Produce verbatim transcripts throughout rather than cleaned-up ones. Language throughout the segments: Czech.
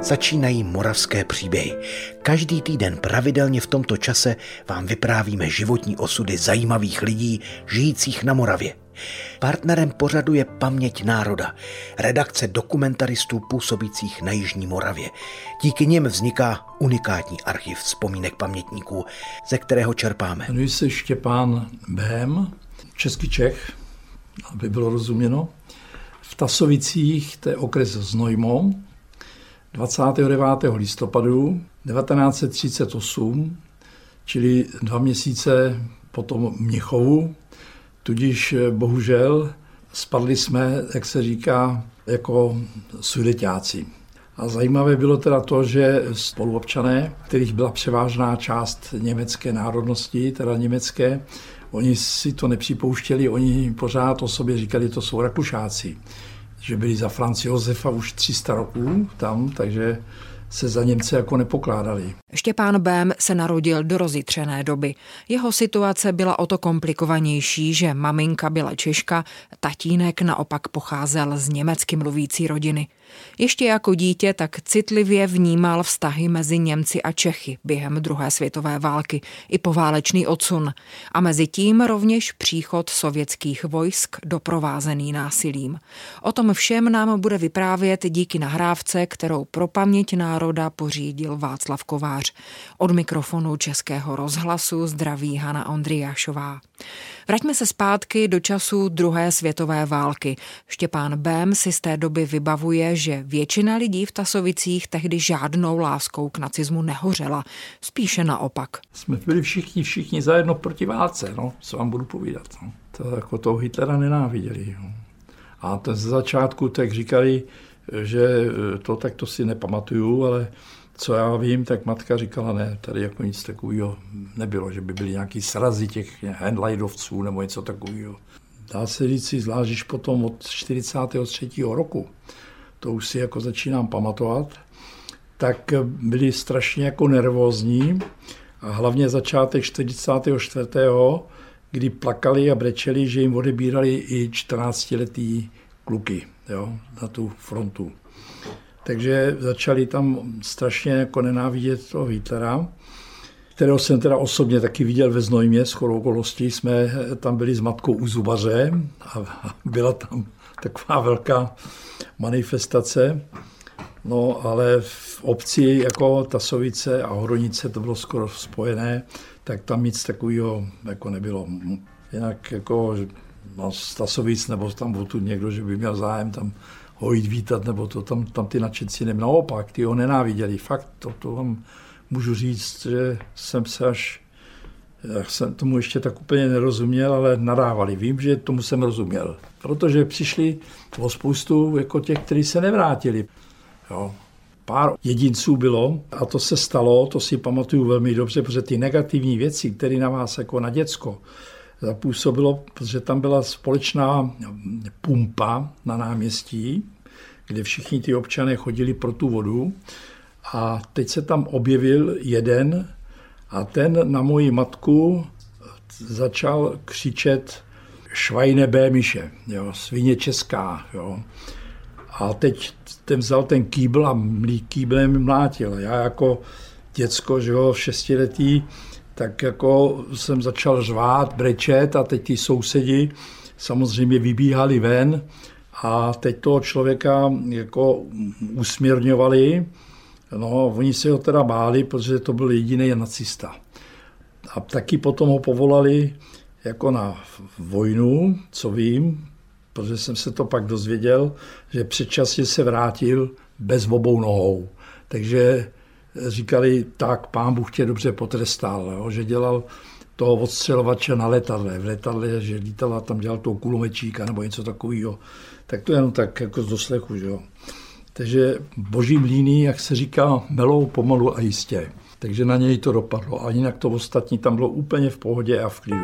Začínají Moravské příběhy. Každý týden pravidelně v tomto čase vám vyprávíme životní osudy zajímavých lidí žijících na Moravě. Partnerem pořadu je Paměť národa, redakce dokumentaristů působících na jižní Moravě. Díky nim vzniká unikátní archiv vzpomínek pamětníků, ze kterého čerpáme. Jmenuji se Štěpán Bém, český Čech, aby bylo rozuměno. V Tasovicích, to je okres Znojmo, dvacátého devátého listopadu devatenáct set třicet osm, čili dva měsíce po tom Mnichovu, tudíž bohužel spadli jsme, jak se říká, jako sudeťáci. A zajímavé bylo teda to, že spoluobčané, kterých byla převážná část německé národnosti, teda německé, oni si to nepřipouštěli, oni pořád o sobě říkali, to jsou Rakušáci, že byli za France Josefa už tři sta roků tam, takže se za Němce jako nepokládali. Štěpán Bém se narodil do rozjitřené doby. Jeho situace byla o to komplikovanější, že maminka byla Češka, tatínek naopak pocházel z německy mluvící rodiny. Ještě jako dítě tak citlivě vnímal vztahy mezi Němci a Čechy během druhé světové války i poválečný odsun a mezi tím rovněž příchod sovětských vojsk doprovázený násilím. O tom všem nám bude vyprávět díky nahrávce, kterou pro Paměť národa pořídil Václav Kovář. Od mikrofonu Českého rozhlasu zdraví Hana Ondriášová. Vraťme se zpátky do času druhé světové války. Štěpán Bém si z té doby vybavuje, že většina lidí v Tasovicích tehdy žádnou láskou k nacismu nehořela. Spíše naopak. Jsme byli všichni, všichni zajedno proti válce, no, co vám budu povídat. No. To jako toho Hitlera nenáviděli. No. A to ze začátku tak říkali, že to tak to si nepamatuju, ale co já vím, tak matka říkala, ne, tady jako nic takového nebylo, že by byly nějaký srazy těch Henleidovců nebo něco takového. Dá se říct si, zvlášť potom od čtyřicátého třetího roku, to už si jako začínám pamatovat, tak byli strašně jako nervózní a hlavně začátek čtyřicátého čtvrtého kdy plakali a brečeli, že jim odebírali i čtrnáctiletý kluky, jo, na tu frontu. Takže začali tam strašně jako nenávidět toho Hitlera, kterého jsem teda osobně taky viděl ve Znojmě, shodou okolností jsme tam byli s matkou u zubaře a byla tam taková velká manifestace. No ale v obci jako Tasovice a Horonice to bylo skoro spojené, tak tam nic takového jako nebylo. Jinak jako no, z Tasovic nebo tam byl tu někdo, že by měl zájem tam ho jít vítat, nebo to tam, tam ty nadšenci nem naopak, ty ho nenáviděli. Fakt, to, to vám můžu říct, že jsem se až, já jsem tomu ještě tak úplně nerozuměl, ale nadávali. Vím, že tomu jsem rozuměl. Protože přišli o spoustu jako těch, kteří se nevrátili. Jo. Pár jedinců bylo a to se stalo, to si pamatuju velmi dobře, protože ty negativní věci, které na vás jako na děcko zapůsobilo, protože tam byla společná pumpa na náměstí, kde všichni ty občané chodili pro tu vodu a teď se tam objevil jeden a ten na moji matku začal křičet Schweine Böhmische, jo, svině česká. Jo. A teď ten vzal ten kýbl a mlí kýblem mlátil. Já jako děcko, že jo, šestiletý, tak jako jsem začal řvát, brečet a teď ty sousedi samozřejmě vybíhali ven a teď toho člověka jako usměrňovali. No, oni se ho teda báli, protože to byl jediný nacista. A taky potom ho povolali jako na vojnu, co vím, protože jsem se to pak dozvěděl, že předčasně se vrátil bez obou nohou. Takže říkali, tak pán Bůh tě dobře potrestal, jo, že dělal toho odstřelovače na letadle, v letadle, že lítal a tam dělal toho kulomečíka nebo něco takového. Tak to jenom tak jako z doslechu, že jo. Takže boží mlýny, jak se říká, melou pomalu a jistě. Takže na něj to dopadlo. A jinak to ostatní tam bylo úplně v pohodě a v klidu.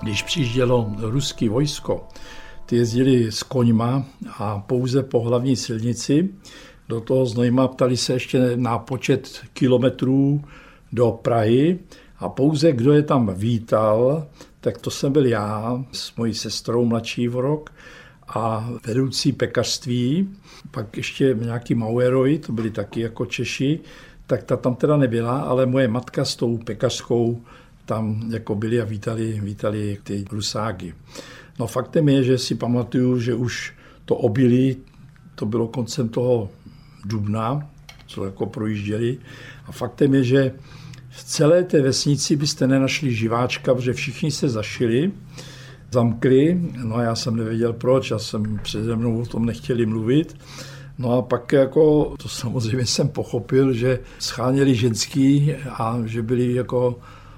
Když přijíždělo ruský vojsko, ty jezdili s koňma a pouze po hlavní silnici. Do toho Znojma ptali se ještě na počet kilometrů do Prahy a pouze kdo je tam vítal, tak to jsem byl já s mojí sestrou mladší v rok a vedoucí pekařství, pak ještě nějaký Mauerovi, to byli taky jako Češi, tak ta tam teda nebyla, ale moje matka s tou pekařkou tam jako byli a vítali, vítali ty Rusáky. No faktem je, že si pamatuju, že už to obilí, to bylo koncem toho dubna, co jako projížděli. A faktem je, že v celé té vesnici byste nenašli živáčka, protože všichni se zašili, zamkli, no a já jsem nevěděl proč, já jsem přede mnou o tom nechtěli mluvit. No a pak jako, to samozřejmě jsem pochopil, že scháněli ženský a že byli jako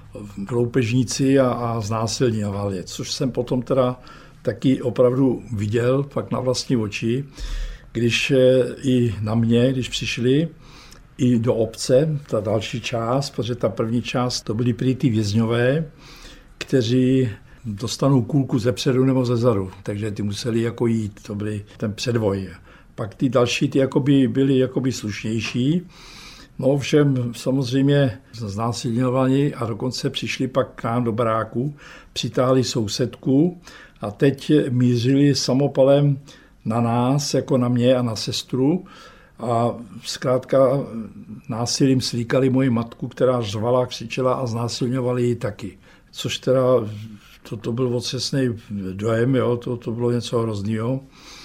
loupežníci a, a znásilňovali, což jsem potom teda taky opravdu viděl, pak na vlastní oči, když i na mě, když přišli i do obce, ta další část, protože ta první část, to byli prý ty vězňové, kteří dostanou kůlku ze předu nebo ze zadu, takže ty museli jako jít, to byly ten předvoj. Pak ty další, ty jakoby byly jakoby slušnější, no všem samozřejmě znásilňovaní a dokonce přišli pak k nám do baráku, přitáhli sousedku a teď mířili samopalem na nás, jako na mě a na sestru a zkrátka násilím slíkali moji matku, která řvala, křičela a znásilňovali ji taky. Což teda, to, to byl otřesný dojem, jo, to, to bylo něco hroznýho.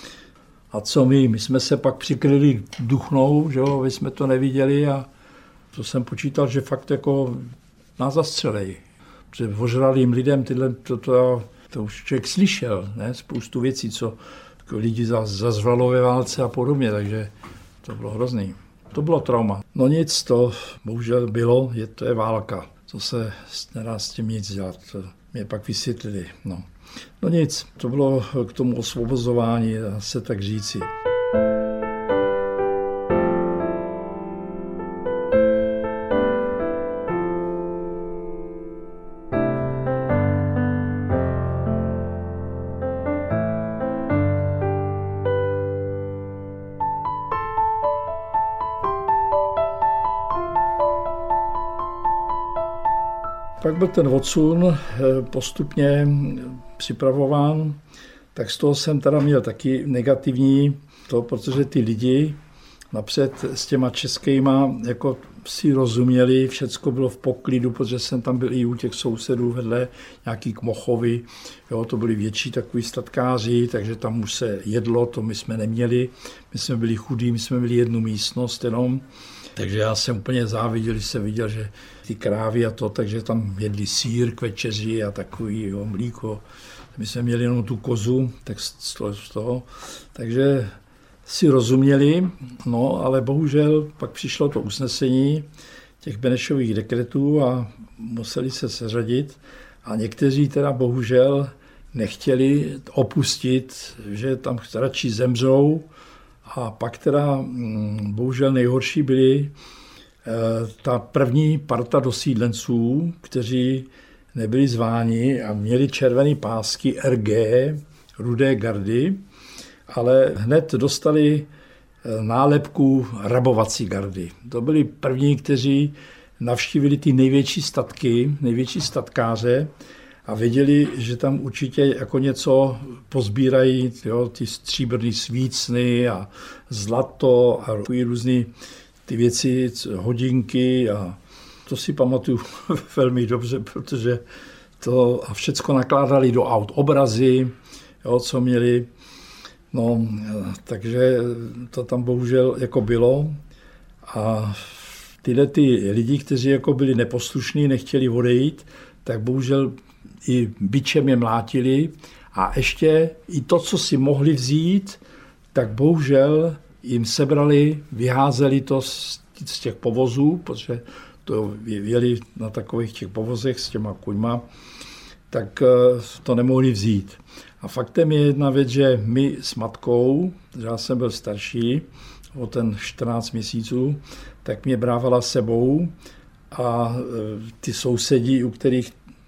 A co my? My jsme se pak přikryli duchnou, že jo, my jsme to neviděli a to jsem počítal, že fakt jako nás zastřelejí. Protože ožralým lidem tyhle, to, to, to už člověk slyšel, ne? Spoustu věcí, co jako lidi zazvalo ve válce a podobně, takže to bylo hrozný. To bylo trauma. No nic, to bohužel bylo, je, to je válka. To se nedá s tím nic dělat, to mě pak vysvětlili, no. No nic, to bylo k tomu osvobozování, dá se tak říci. Pak byl ten odsun postupně připravován, tak z toho jsem teda měl taky negativní to, protože ty lidi napřed s těma českýma jako si rozuměli, všecko bylo v poklidu, protože jsem tam byl i u těch sousedů vedle, nějaký Kmochovy, jo, to byli větší takový statkáři, takže tam už se jedlo, to my jsme neměli, my jsme byli chudí, my jsme měli jednu místnost jenom, takže já jsem úplně záviděl, když jsem viděl, že ty krávy a to, takže tam jedli sýr k večeři a takový, jo, mlíko. My jsme měli jenom tu kozu, tak z toho, z toho. Takže si rozuměli, no, ale bohužel pak přišlo to usnesení těch Benešových dekretů a museli se seřadit a někteří teda bohužel nechtěli opustit, že tam radši zemřou a pak teda bohužel nejhorší byli ta první parta dosídlenců, kteří nebyli zváni a měli červené pásky R G, Rudé gardy, ale hned dostali nálepku rabovací gardy. To byli první, kteří navštívili ty největší statky, největší statkáře a věděli, že tam určitě jako něco pozbírají, jo, ty stříbrný svícny a zlato a různý ty věci, hodinky a to si pamatuju velmi dobře, protože to a všecko nakládali do aut, obrazy, jo, co měli. No, takže to tam bohužel jako bylo a tyhle ty lidi, kteří jako byli neposlušní, nechtěli odejít, tak bohužel i bičem je mlátili a ještě i to, co si mohli vzít, tak bohužel jim sebrali, vyházeli to z, z těch povozů, protože to jeli na takových těch povozech s těma kuňma, tak to nemohli vzít. A faktem je jedna věc, že my s matkou, já jsem byl starší, o ten čtrnáct měsíců, tak mě brávala sebou a ty sousedí, u kterých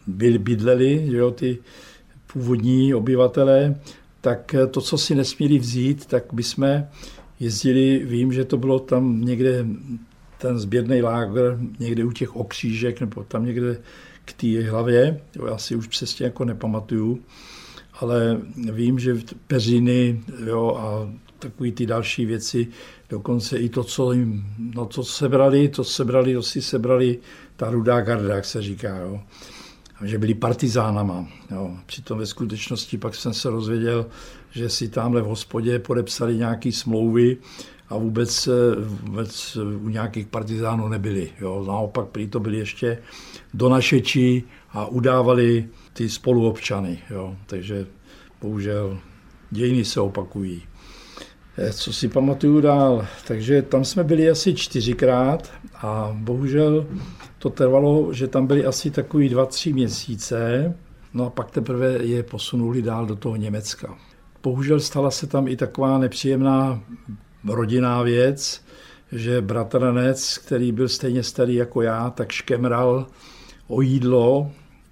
byli, bydleli, že jo, ty původní obyvatelé, tak to, co si nesměli vzít, tak bychom jezdili, vím, že to bylo tam někde, ten sběrný lágr, někde u těch okřížek, nebo tam někde k té hlavě, jo, já si už přesně jako nepamatuju, ale vím, že peřiny, jo, a takový ty další věci, dokonce i to, co jim, no to sebrali, to sebrali, to si sebrali ta rudá garda, jak se říká, jo. Že byli partizánama. Jo. Přitom ve skutečnosti pak jsem se dozvěděl, že si tamhle v hospodě podepsali nějaké smlouvy a vůbec, vůbec u nějakých partizánů nebyli. Jo. Naopak prý to byli ještě donašeči a udávali ty spoluobčany. Jo. Takže bohužel dějiny se opakují. Co si pamatuju dál? Takže tam jsme byli asi čtyřikrát a bohužel to trvalo, že tam byli asi takový dva, tři měsíce, no a pak teprve je posunuli dál do toho Německa. Bohužel stala se tam i taková nepříjemná rodinná věc, že bratranec, který byl stejně starý jako já, tak škemral o jídlo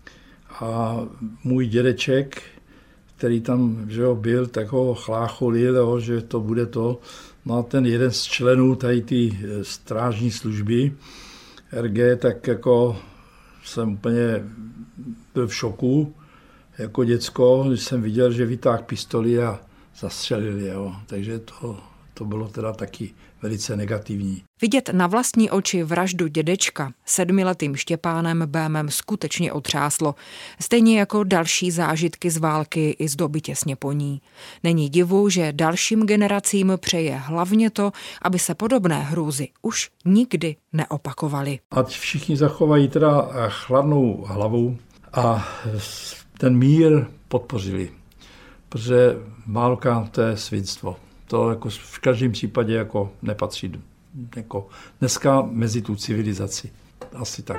a můj dědeček, který tam že jo, byl, tak ho chlácholil, jo, že to bude to. No a ten jeden z členů tady ty strážní služby er gé, tak jako jsem úplně byl v šoku jako děcko, když jsem viděl, že vytáhl pistoli a zastřelil je. Takže to, to bylo teda taky velice negativní. Vidět na vlastní oči vraždu dědečka sedmiletým Štěpánem Bémem skutečně otřáslo. Stejně jako další zážitky z války i z doby těsně po ní. Není divu, že dalším generacím přeje hlavně to, aby se podobné hrůzy už nikdy neopakovaly. Ať všichni zachovají teda chladnou hlavu a ten mír podpořili. Protože válka to je svinstvo. To jako v každém případě jako nepatří jako dneska mezi tu civilizaci. Asi tak.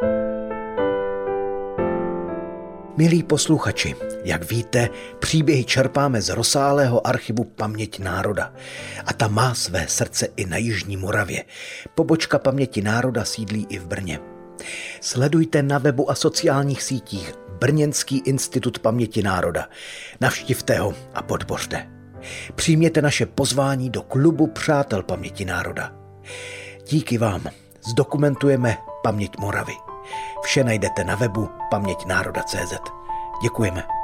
Milí posluchači, jak víte, příběhy čerpáme z rozsáhlého archivu Paměť národa. A ta má své srdce i na Jižní Moravě. Pobočka Paměti národa sídlí i v Brně. Sledujte na webu a sociálních sítích Brněnský institut paměti národa. Navštivte ho a podpořte. Přijměte naše pozvání do klubu Přátel paměti národa. Díky vám zdokumentujeme paměť Moravy. Vše najdete na webu paměť národa tečka cé zet. Děkujeme.